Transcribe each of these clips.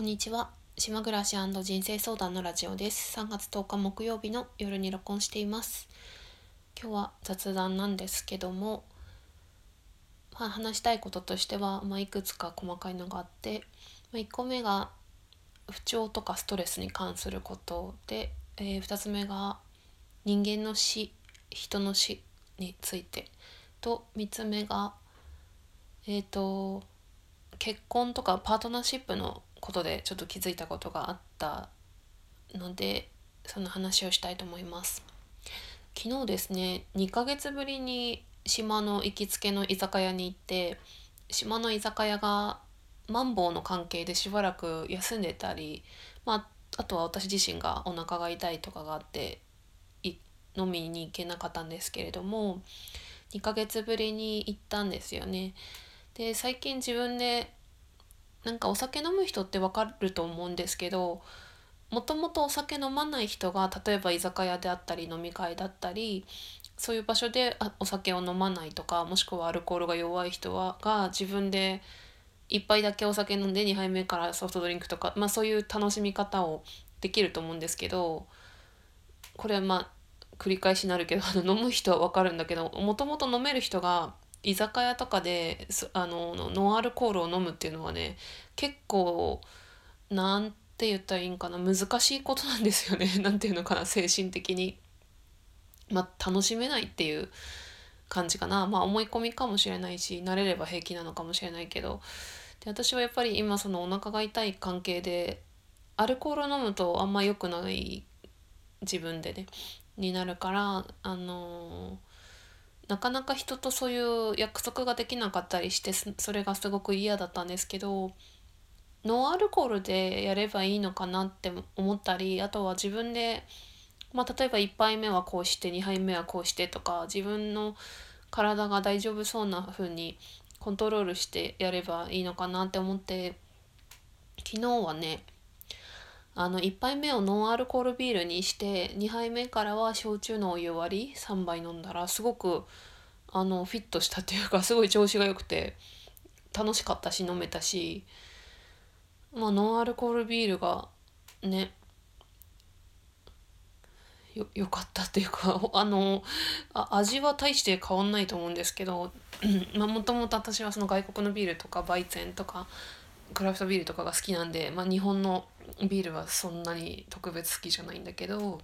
こんにちは。島暮らし人生相談のラジオです。3月10日木曜日の夜に録音しています。今日は雑談なんですけども、話したいこととしては、いくつか細かいのがあって、1個目が不調とかストレスに関することで、2つ目が人間の死、人の死についてと、3つ目が結婚とかパートナーシップのことでちょっと気づいたことがあったので、その話をしたいと思います。昨日ですね、2ヶ月ぶりに島の行きつけの居酒屋に行って、島の居酒屋がマンボウの関係でしばらく休んでたり、あとは私自身がお腹が痛いとかがあって飲みに行けなかったんですけれども、2ヶ月ぶりに行ったんですよね。で、最近自分でお酒飲む人ってわかると思うんですけど、もともとお酒飲まない人が例えば居酒屋であったり飲み会だったり、そういう場所でお酒を飲まないとか、もしくはアルコールが弱い人が自分で1杯だけお酒飲んで2杯目からソフトドリンクとか、そういう楽しみ方をできると思うんですけど、これは繰り返しになるけど飲む人は分かるんだけど、もともと飲める人が居酒屋とかでノンアルコールを飲むっていうのはね、結構なんて言ったらいいんかな、難しいことなんですよね。なんていうのかな、精神的に楽しめないっていう感じかな。思い込みかもしれないし、慣れれば平気なのかもしれないけど、で私はやっぱり今そのお腹が痛い関係でアルコールを飲むとあんま良くない自分でねになるから、なかなか人とそういう約束ができなかったりして、それがすごく嫌だったんですけど、ノンアルコールでやればいいのかなって思ったり、あとは自分で、例えば1杯目はこうして2杯目はこうしてとか、自分の体が大丈夫そうな風にコントロールしてやればいいのかなって思って、昨日はね、1杯目をノンアルコールビールにして、2杯目からは焼酎のお湯割り3杯飲んだら、すごくフィットしたっていうか、すごい調子が良くて楽しかったし飲めたし、ノンアルコールビールがね、よかったっていうか、味は大して変わんないと思うんですけど、もともと私はその外国のビールとかバイゼンとかクラフトビールとかが好きなんで、日本のビールはそんなに特別好きじゃないんだけど、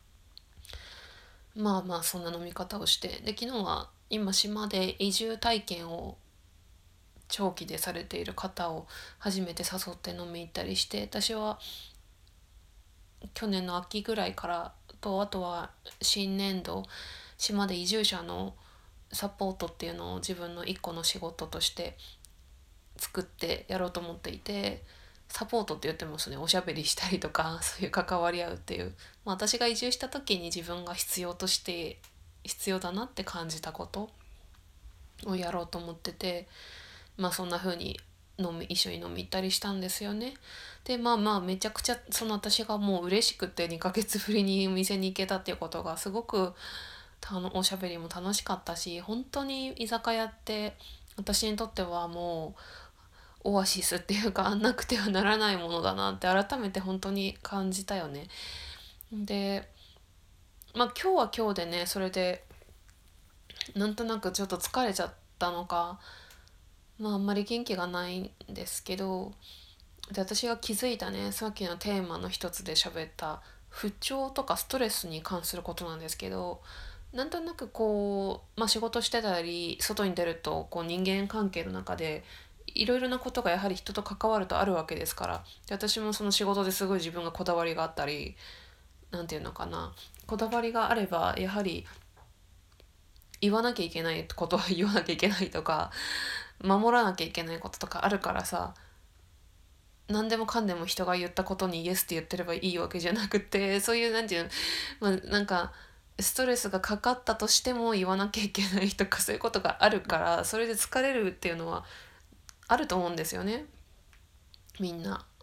そんな飲み方をして、で昨日は今島で移住体験を長期でされている方を初めて誘って飲み行ったりして、私は去年の秋ぐらいからと、あとは新年度島で移住者のサポートっていうのを自分の一個の仕事として作ってやろうと思っていて、サポートって言ってもおしゃべりしたりとか、そういう関わり合うっていう、私が移住した時に自分が必要だなって感じたことをやろうと思ってて、そんな風に一緒に飲み行ったりしたんですよね。でめちゃくちゃその私がもう嬉しくて2ヶ月ぶりにお店に行けたっていうことがすごくおしゃべりも楽しかったし、本当に居酒屋って私にとってはもうオアシスっていうか、なくてはならないものだなって改めて本当に感じたよね。で今日は今日でね、それでなんとなくちょっと疲れちゃったのか、あんまり元気がないんですけど、で私が気づいたね、さっきのテーマの一つで喋った不調とかストレスに関することなんですけど、なんとなく仕事してたり外に出ると人間関係の中でいろいろなことがやはり人と関わるとあるわけですから、で私もその仕事ですごい自分がこだわりがあったり、なんていうのかな、こだわりがあればやはり言わなきゃいけないことは言わなきゃいけないとか、守らなきゃいけないこととかあるからさ、何でもかんでも人が言ったことにイエスって言ってればいいわけじゃなくて、そういうなんていうの、ストレスがかかったとしても言わなきゃいけないとか、そういうことがあるから、それで疲れるっていうのはあると思うんですよね、みんな。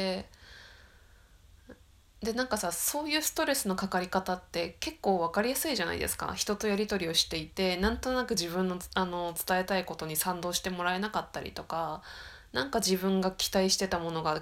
でそういうストレスのかかり方って結構分かりやすいじゃないですか。人とやり取りをしていて、なんとなく自分の伝えたいことに賛同してもらえなかったりとか、 なんか自分が期待してたものが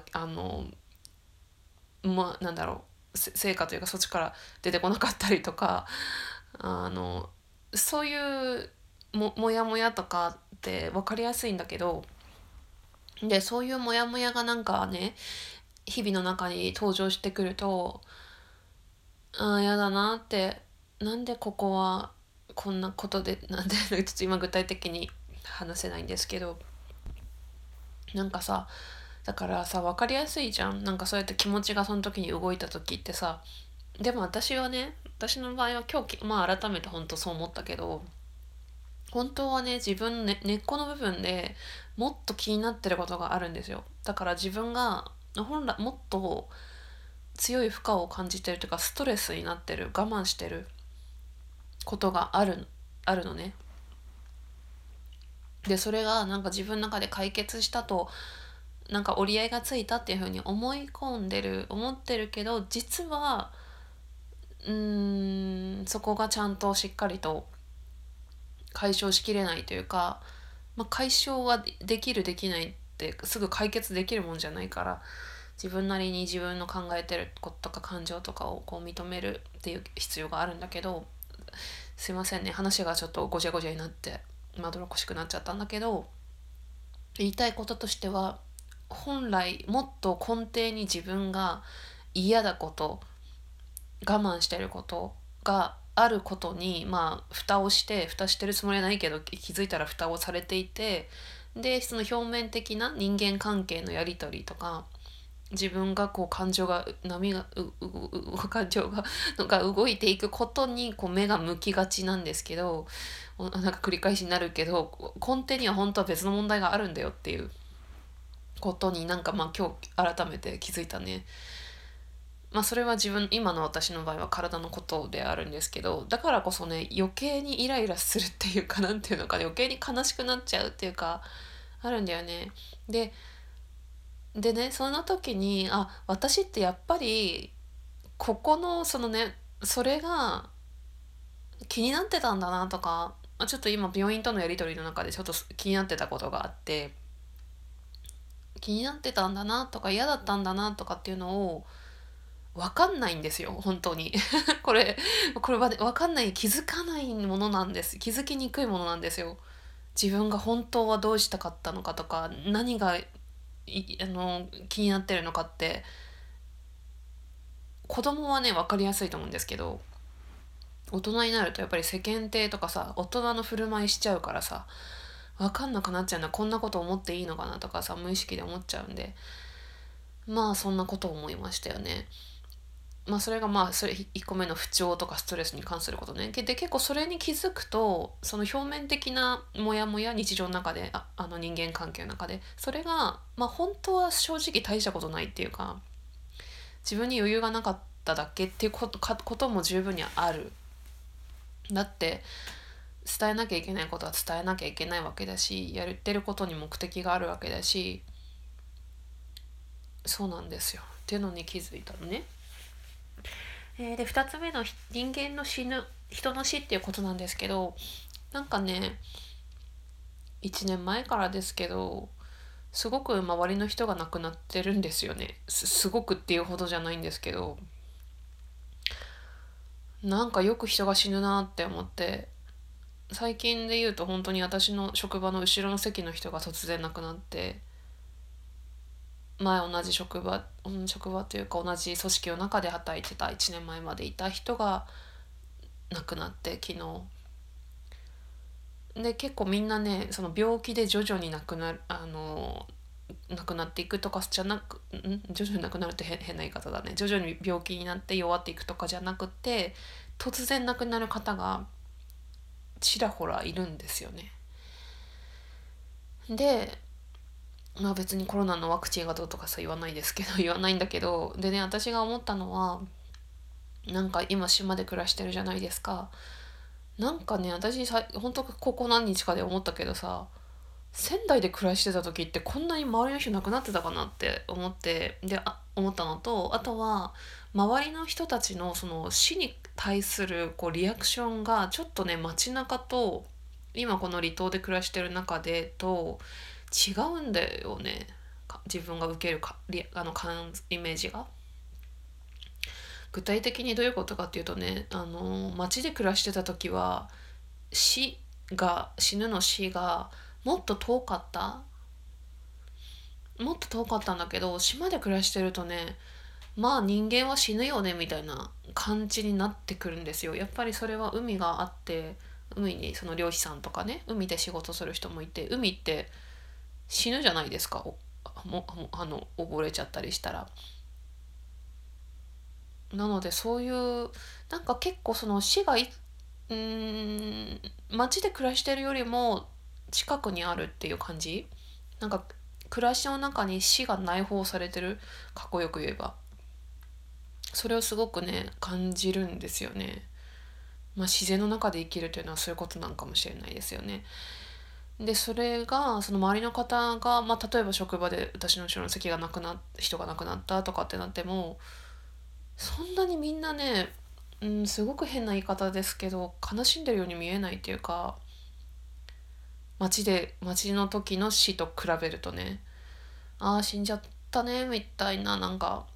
なんだろう、成果というかそっちから出てこなかったりとか、あのそういうもやもやとかって分かりやすいんだけど、でそういうモヤモヤがなんかね日々の中に登場してくると、やだなって、なんでここはこんなことで、なんでちょっと今具体的に話せないんですけど、なんかさ、だからさ分かりやすいじゃん、なんかそうやって気持ちがその時に動いた時ってさ。でも私の場合は今日改めて本当そう思ったけど、本当はね自分の根っこの部分でもっと気になってることがあるんですよ。だから自分が本来もっと強い負荷を感じてるというか、ストレスになってる、我慢してることがあるのね。でそれがなんか自分の中で解決したと、なんか折り合いがついたっていうふうに思ってるけど、実はそこがちゃんとしっかりと解消しきれないというか、解消はできるできないってすぐ解決できるもんじゃないから、自分なりに自分の考えてることとか感情とかをこう認めるっていう必要があるんだけど、すいませんね、話がちょっとごちゃごちゃになってまどろっこしくなっちゃったんだけど、言いたいこととしては、本来もっと根底に自分が嫌だこと、我慢してることがあることに、蓋してるつもりはないけど気づいたら蓋をされていて、でその表面的な人間関係のやり取りとか、自分がこう感情が波が感情が動いていくことにこう目が向きがちなんですけど、なんか繰り返しになるけど、根底には本当は別の問題があるんだよっていうことに、なんか今日改めて気づいたね。それは今の私の場合は体のことであるんですけど、だからこそね余計にイライラするっていうか、なんていうのかね、余計に悲しくなっちゃうっていうか、あるんだよね。でね、その時に私ってやっぱりここのそれが気になってたんだなとか、ちょっと今病院とのやり取りの中でちょっと気になってたことがあって、気になってたんだなとか嫌だったんだなとかっていうのを分かんないんですよ本当にこれは分かんない、気づかないものなんです、気づきにくいものなんですよ。自分が本当はどうしたかったのかとか、何が気になってるのかって、子供はね分かりやすいと思うんですけど、大人になるとやっぱり世間体とかさ、大人の振る舞いしちゃうからさ、分かんなくなっちゃうんだ、こんなこと思っていいのかなとかさ、無意識で思っちゃうんで、そんなことを思いましたよね。それがそれ1個目の不調とかストレスに関することね。で結構それに気づくと、その表面的なモヤモヤ、日常の中であの人間関係の中でそれが本当は正直大したことないっていうか、自分に余裕がなかっただけっていうことも十分にある。だって伝えなきゃいけないことは伝えなきゃいけないわけだし、やってることに目的があるわけだし、そうなんですよっていうのに気づいたのね。で2つ目の人間の人の死っていうことなんですけど、なんかね1年前からですけど、すごく周りの人が亡くなってるんですよね。すごくっていうほどじゃないんですけど、なんかよく人が死ぬなって思って。最近で言うと本当に私の職場の後ろの席の人が突然亡くなって、前同じ職場というか同じ組織の中で働いてた1年前までいた人が亡くなって、昨日で結構みんなね、その病気で徐々に亡くなっていくとかじゃなく、徐々に亡くなるって変な言い方だね、徐々に病気になって弱っていくとかじゃなくて、突然亡くなる方がちらほらいるんですよね。で別にコロナのワクチンがどうとかさ言わないですけど言わないんだけど、でね、私が思ったのは、なんか今島で暮らしてるじゃないですか。なんかね、私本当ここ何日かで思ったけどさ、仙台で暮らしてた時ってこんなに周りの人亡くなってたかなって思って、思ったのと、あとは周りの人たちのその死に対するこうリアクションがちょっとね、街中と今この離島で暮らしてる中でと違うんだよね。自分が受けるイメージが。具体的にどういうことかっていうとね、街で暮らしてた時は死ぬの死がもっと遠かったもっと遠かったんだけど、島で暮らしてるとね、まあ人間は死ぬよねみたいな感じになってくるんですよ。やっぱりそれは海があって、海にその漁師さんとかね、海で仕事する人もいて、海って死ぬじゃないですか。溺れちゃったりしたら。なのでそういうなんか結構その死が街で暮らしてるよりも近くにあるっていう感じ。なんか暮らしの中に死が内包されてる、かっこよく言えば。それをすごくね感じるんですよね。まあ自然の中で生きるというのはそういうことなんかもしれないですよね。でそれがその周りの方が、まあ、例えば職場で私の後ろの席が人が亡くなったとかってなっても、そんなにみんなね、すごく変な言い方ですけど悲しんでるように見えないっていうか、街の時の死と比べるとね、ああ死んじゃったねみたいな、なんか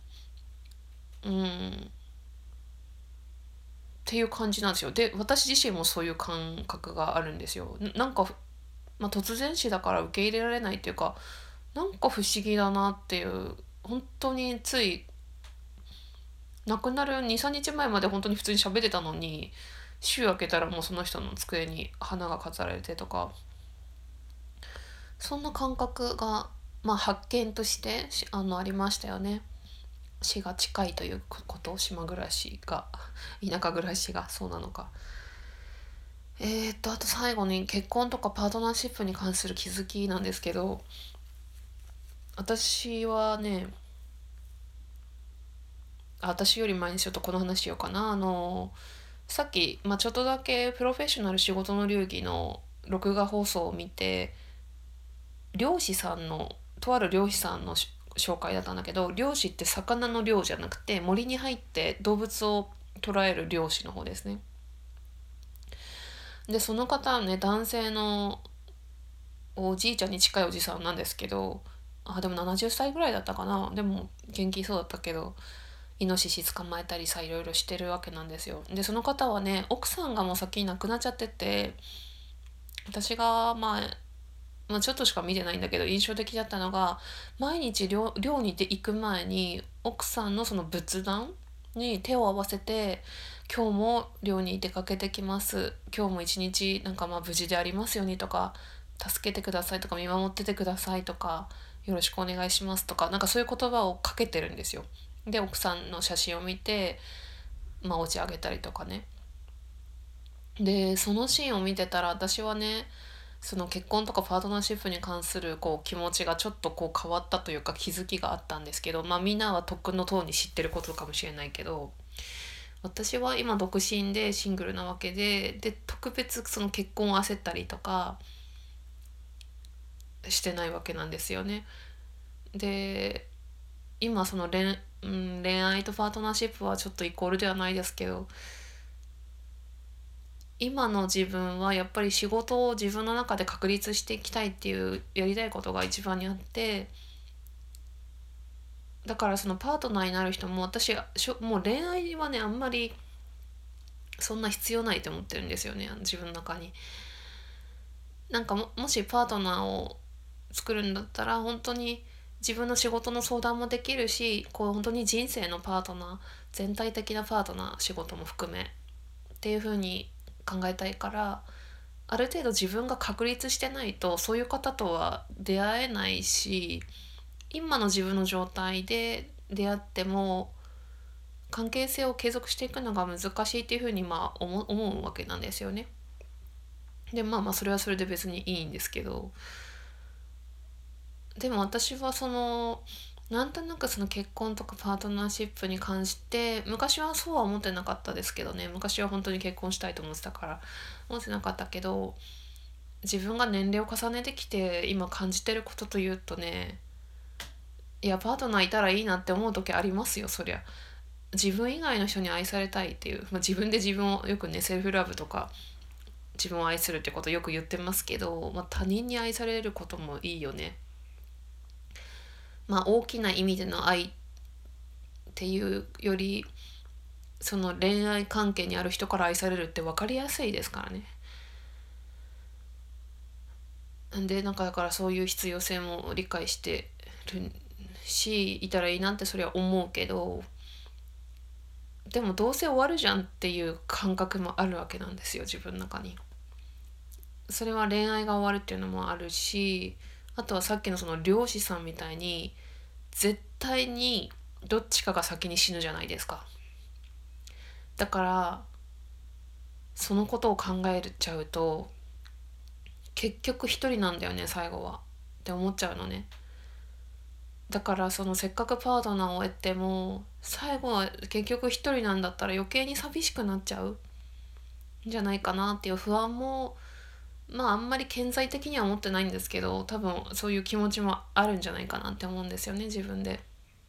っていう感じなんですよ。で私自身もそういう感覚があるんですよ。なんか、まあ、突然死だから受け入れられないっていうか、なんか不思議だなっていう。本当につい亡くなる2、3日前まで本当に普通に喋ってたのに、週明けたらもうその人の机に花が飾られてとか、そんな感覚が、まあ、発見としてありましたよね。死が近いということ、島暮らしが田舎暮らしがそうなのか。あと最後に結婚とかパートナーシップに関する気づきなんですけど、私はね、私より前にちょっとこの話しようかな。さっき、まあ、ちょっとだけプロフェッショナル仕事の流儀の録画放送を見て、とある漁師さんの紹介だったんだけど、漁師って魚の漁じゃなくて森に入って動物を捕らえる漁師の方ですね。でその方はね、男性のおじいちゃんに近いおじさんなんですけど、でも70歳ぐらいだったかな。でも元気そうだったけど、イノシシ捕まえたりさ、いろいろしてるわけなんですよ。でその方はね、奥さんがもう先に亡くなっちゃってて、私がちょっとしか見てないんだけど印象的だったのが、毎日漁に行く前に奥さんのその仏壇に手を合わせて、今日も漁に出かけてきます、今日も一日なんか無事でありますようにとか、助けてくださいとか見守っててくださいとか、よろしくお願いしますとか、なんかそういう言葉をかけてるんですよ。で奥さんの写真を見て、お家あげたりとかね。でそのシーンを見てたら、私はね、その結婚とかパートナーシップに関する気持ちがちょっと変わったというか、気づきがあったんですけど、みんなはとっくのとうに知ってることかもしれないけど、私は今独身でシングルなわけで特別その結婚を焦ったりとかしてないわけなんですよね。で今その恋愛とパートナーシップはちょっとイコールではないですけど、今の自分はやっぱり仕事を自分の中で確立していきたいっていうやりたいことが一番にあって、だからそのパートナーになる人も、私もう恋愛はねあんまりそんな必要ないと思ってるんですよね、自分の中に。なんかもしパートナーを作るんだったら、本当に自分の仕事の相談もできるし、本当に人生のパートナー、全体的なパートナー、仕事も含めっていう風に考えたいから、ある程度自分が確立してないとそういう方とは出会えないし、今の自分の状態で出会っても関係性を継続していくのが難しいっていうふうに思うわけなんですよね。でそれはそれで別にいいんですけど、でも私はなんとなくその結婚とかパートナーシップに関して、昔はそうは思ってなかったですけどね、昔は本当に結婚したいと思ってたから思ってなかったけど、自分が年齢を重ねてきて今感じてることというとね、いやパートナーいたらいいなって思う時ありますよ。そりゃ自分以外の人に愛されたいっていう、自分で自分をよくねセルフラブとか自分を愛するってことをよく言ってますけど、他人に愛されることもいいよね。大きな意味での愛っていうより、その恋愛関係にある人から愛されるって分かりやすいですからね。でだからそういう必要性も理解してるし、いたらいいなってそれは思うけど、でもどうせ終わるじゃんっていう感覚もあるわけなんですよ、自分の中に。それは恋愛が終わるっていうのもあるし、あとはさっきのその漁師さんみたいに絶対にどっちかが先に死ぬじゃないですか。だからそのことを考えちゃうと、結局一人なんだよね最後はって思っちゃうのね。だからそのせっかくパートナーを得ても最後は結局一人なんだったら余計に寂しくなっちゃうんじゃないかなっていう不安も、あんまり顕在的には思ってないんですけど、多分そういう気持ちもあるんじゃないかなって思うんですよね、自分で。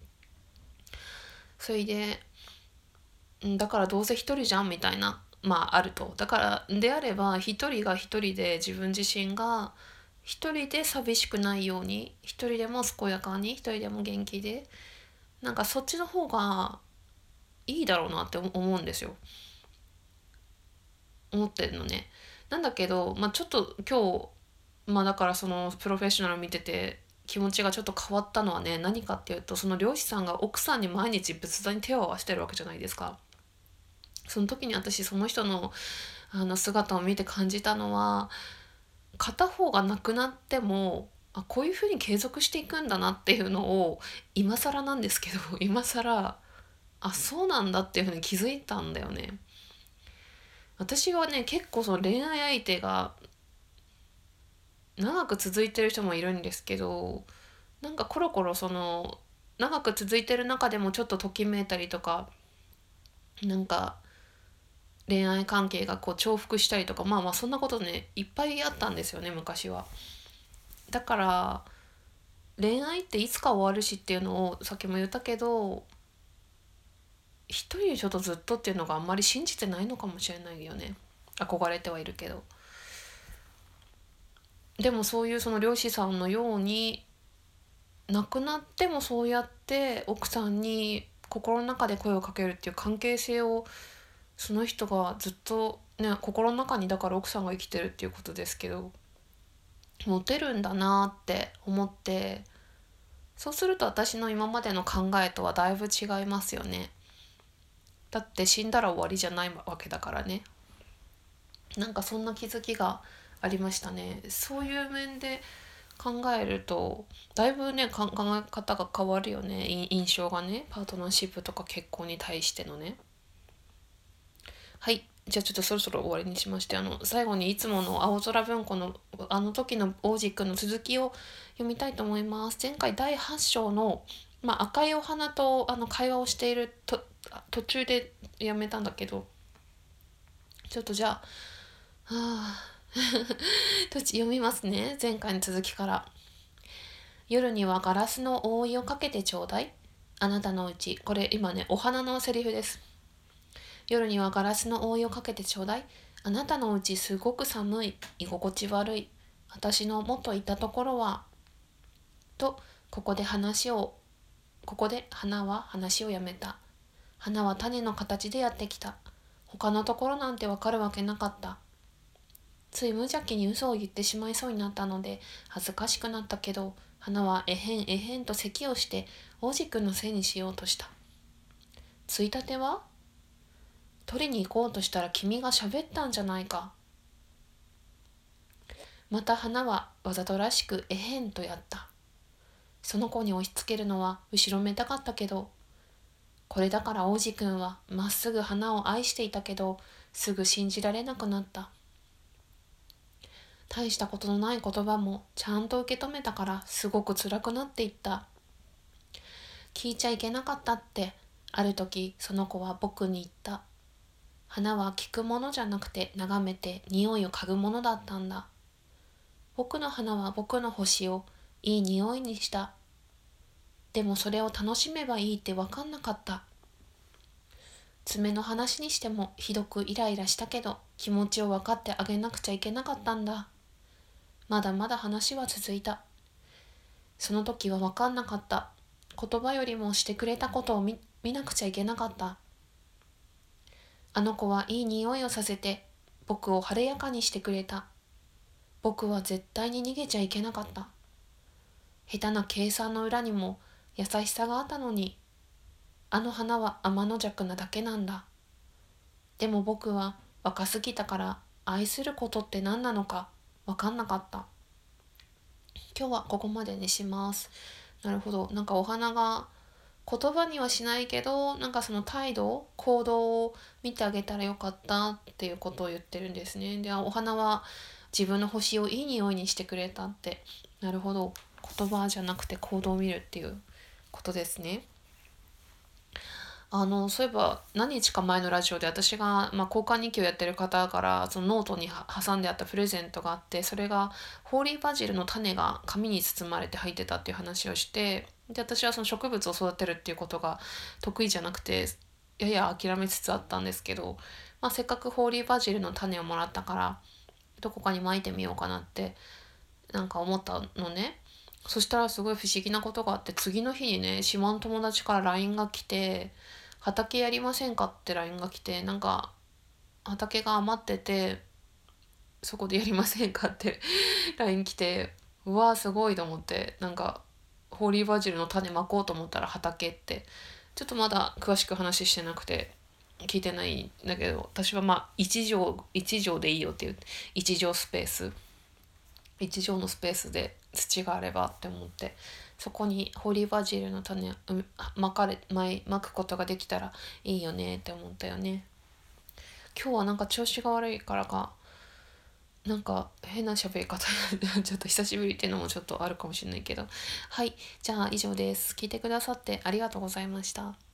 それでだからどうせ一人じゃんみたいな、あると。だからであれば一人が一人で自分自身が一人で寂しくないように、一人でも健やかに、一人でも元気で、そっちの方がいいだろうなって思うんですよ。思ってるのね。なんだけど、ちょっと今日、だからそのプロフェッショナル見てて気持ちがちょっと変わったのはね、何かっていうと、その漁師さんが奥さんに毎日仏壇に手を合わせてるわけじゃないですか。その時に私その人の姿を見て感じたのは、片方がなくなってもこういうふうに継続していくんだなっていうのを、今更なんですけど今更そうなんだっていうふうに気づいたんだよね。私はね、結構その恋愛相手が長く続いてる人もいるんですけど、コロコロその長く続いてる中でもちょっとときめいたりとか、恋愛関係がこう重複したりとか、そんなことねいっぱいあったんですよね、昔は。だから恋愛っていつか終わるしっていうのをさっきも言ったけど、一人でちょっとずっとっていうのがあんまり信じてないのかもしれないよね。憧れてはいるけど。でもそういうその漁師さんのように、亡くなってもそうやって奥さんに心の中で声をかけるっていう関係性を、その人がずっとね、心の中に、だから奥さんが生きてるっていうことですけど、持てるんだなって思って、そうすると私の今までの考えとはだいぶ違いますよね。だって死んだら終わりじゃないわけだからね。そんな気づきがありましたね。そういう面で考えるとだいぶね、考え方が変わるよね。印象がね、パートナーシップとか結婚に対してのね。はい、じゃあちょっとそろそろ終わりにしまして、最後にいつもの青空文庫のあの時の王子くんの続きを読みたいと思います。前回第8章の、赤いお花と会話をしていると途中でやめたんだけど、ちょっとじゃあ読みますね。前回の続きから。夜にはガラスの覆いをかけてちょうだい。あなたのうち、これ今ね、お花のセリフです。夜にはガラスの覆いをかけてちょうだい。あなたのうちすごく寒い。居心地悪い。私の元いたところは。と、ここで花は話をやめた。花は種の形でやってきた。他のところなんてわかるわけなかった。つい無邪気に嘘を言ってしまいそうになったので恥ずかしくなったけど、花はえへんえへんと咳をして王子くんのせいにしようとした。ついたては取りに行こうとしたら君が喋ったんじゃないか。また花はわざとらしくえへんとやった。その子に押し付けるのは後ろめたかったけど、これだから王子くんはまっすぐ花を愛していたけど、すぐ信じられなくなった。大したことのない言葉もちゃんと受け止めたからすごく辛くなっていった。聞いちゃいけなかったって、ある時その子は僕に言った。花は聞くものじゃなくて眺めて匂いを嗅ぐものだったんだ。僕の花は僕の星をいい匂いにした。でもそれを楽しめばいいって分かんなかった。 爪の話にしてもひどくイライラしたけど、気持ちを分かってあげなくちゃいけなかったんだ。まだまだ話は続いた。その時は分かんなかった。言葉よりもしてくれたことを見なくちゃいけなかった。あの子はいい匂いをさせて僕を晴れやかにしてくれた。僕は絶対に逃げちゃいけなかった。下手な計算の裏にも優しさがあったのに、あの花は天の弱なだけなんだ。でも僕は若すぎたから愛することって何なのか分かんなかった。今日はここまでにします。なるほど。なんかお花が言葉にはしないけど、なんかその態度、行動を見てあげたらよかったっていうことを言ってるんですね。で、お花は自分の星をいい匂いにしてくれたって。なるほど。言葉じゃなくて行動を見るっていうことですね。そういえば何日か前のラジオで私が、交換日記をやってる方からそのノートに挟んであったプレゼントがあって、それがホーリーバジルの種が紙に包まれて入ってたっていう話をして、で私はその植物を育てるっていうことが得意じゃなくてやや諦めつつあったんですけど、せっかくホーリーバジルの種をもらったからどこかに撒いてみようかなってなんか思ったのね。そしたらすごい不思議なことがあって、次の日にね、島の友達から LINE が来て、畑やりませんかって LINE が来て、なんか畑が余ってて、そこでやりませんかって LINE 来て、うわーすごいと思って、なんかホーリーバジルの種まこうと思ったら畑って、ちょっとまだ詳しく話してなくて、聞いてないんだけど、私は一畳でいいよっていう、一畳スペース。一畳のスペースで土があればって思って、そこにホーリーバジルの種まくことができたらいいよねって思ったよね。今日はなんか調子が悪いからかなんか変な喋り方ちょっと久しぶりっていうのもちょっとあるかもしれないけど、はい、じゃあ以上です。聞いてくださってありがとうございました。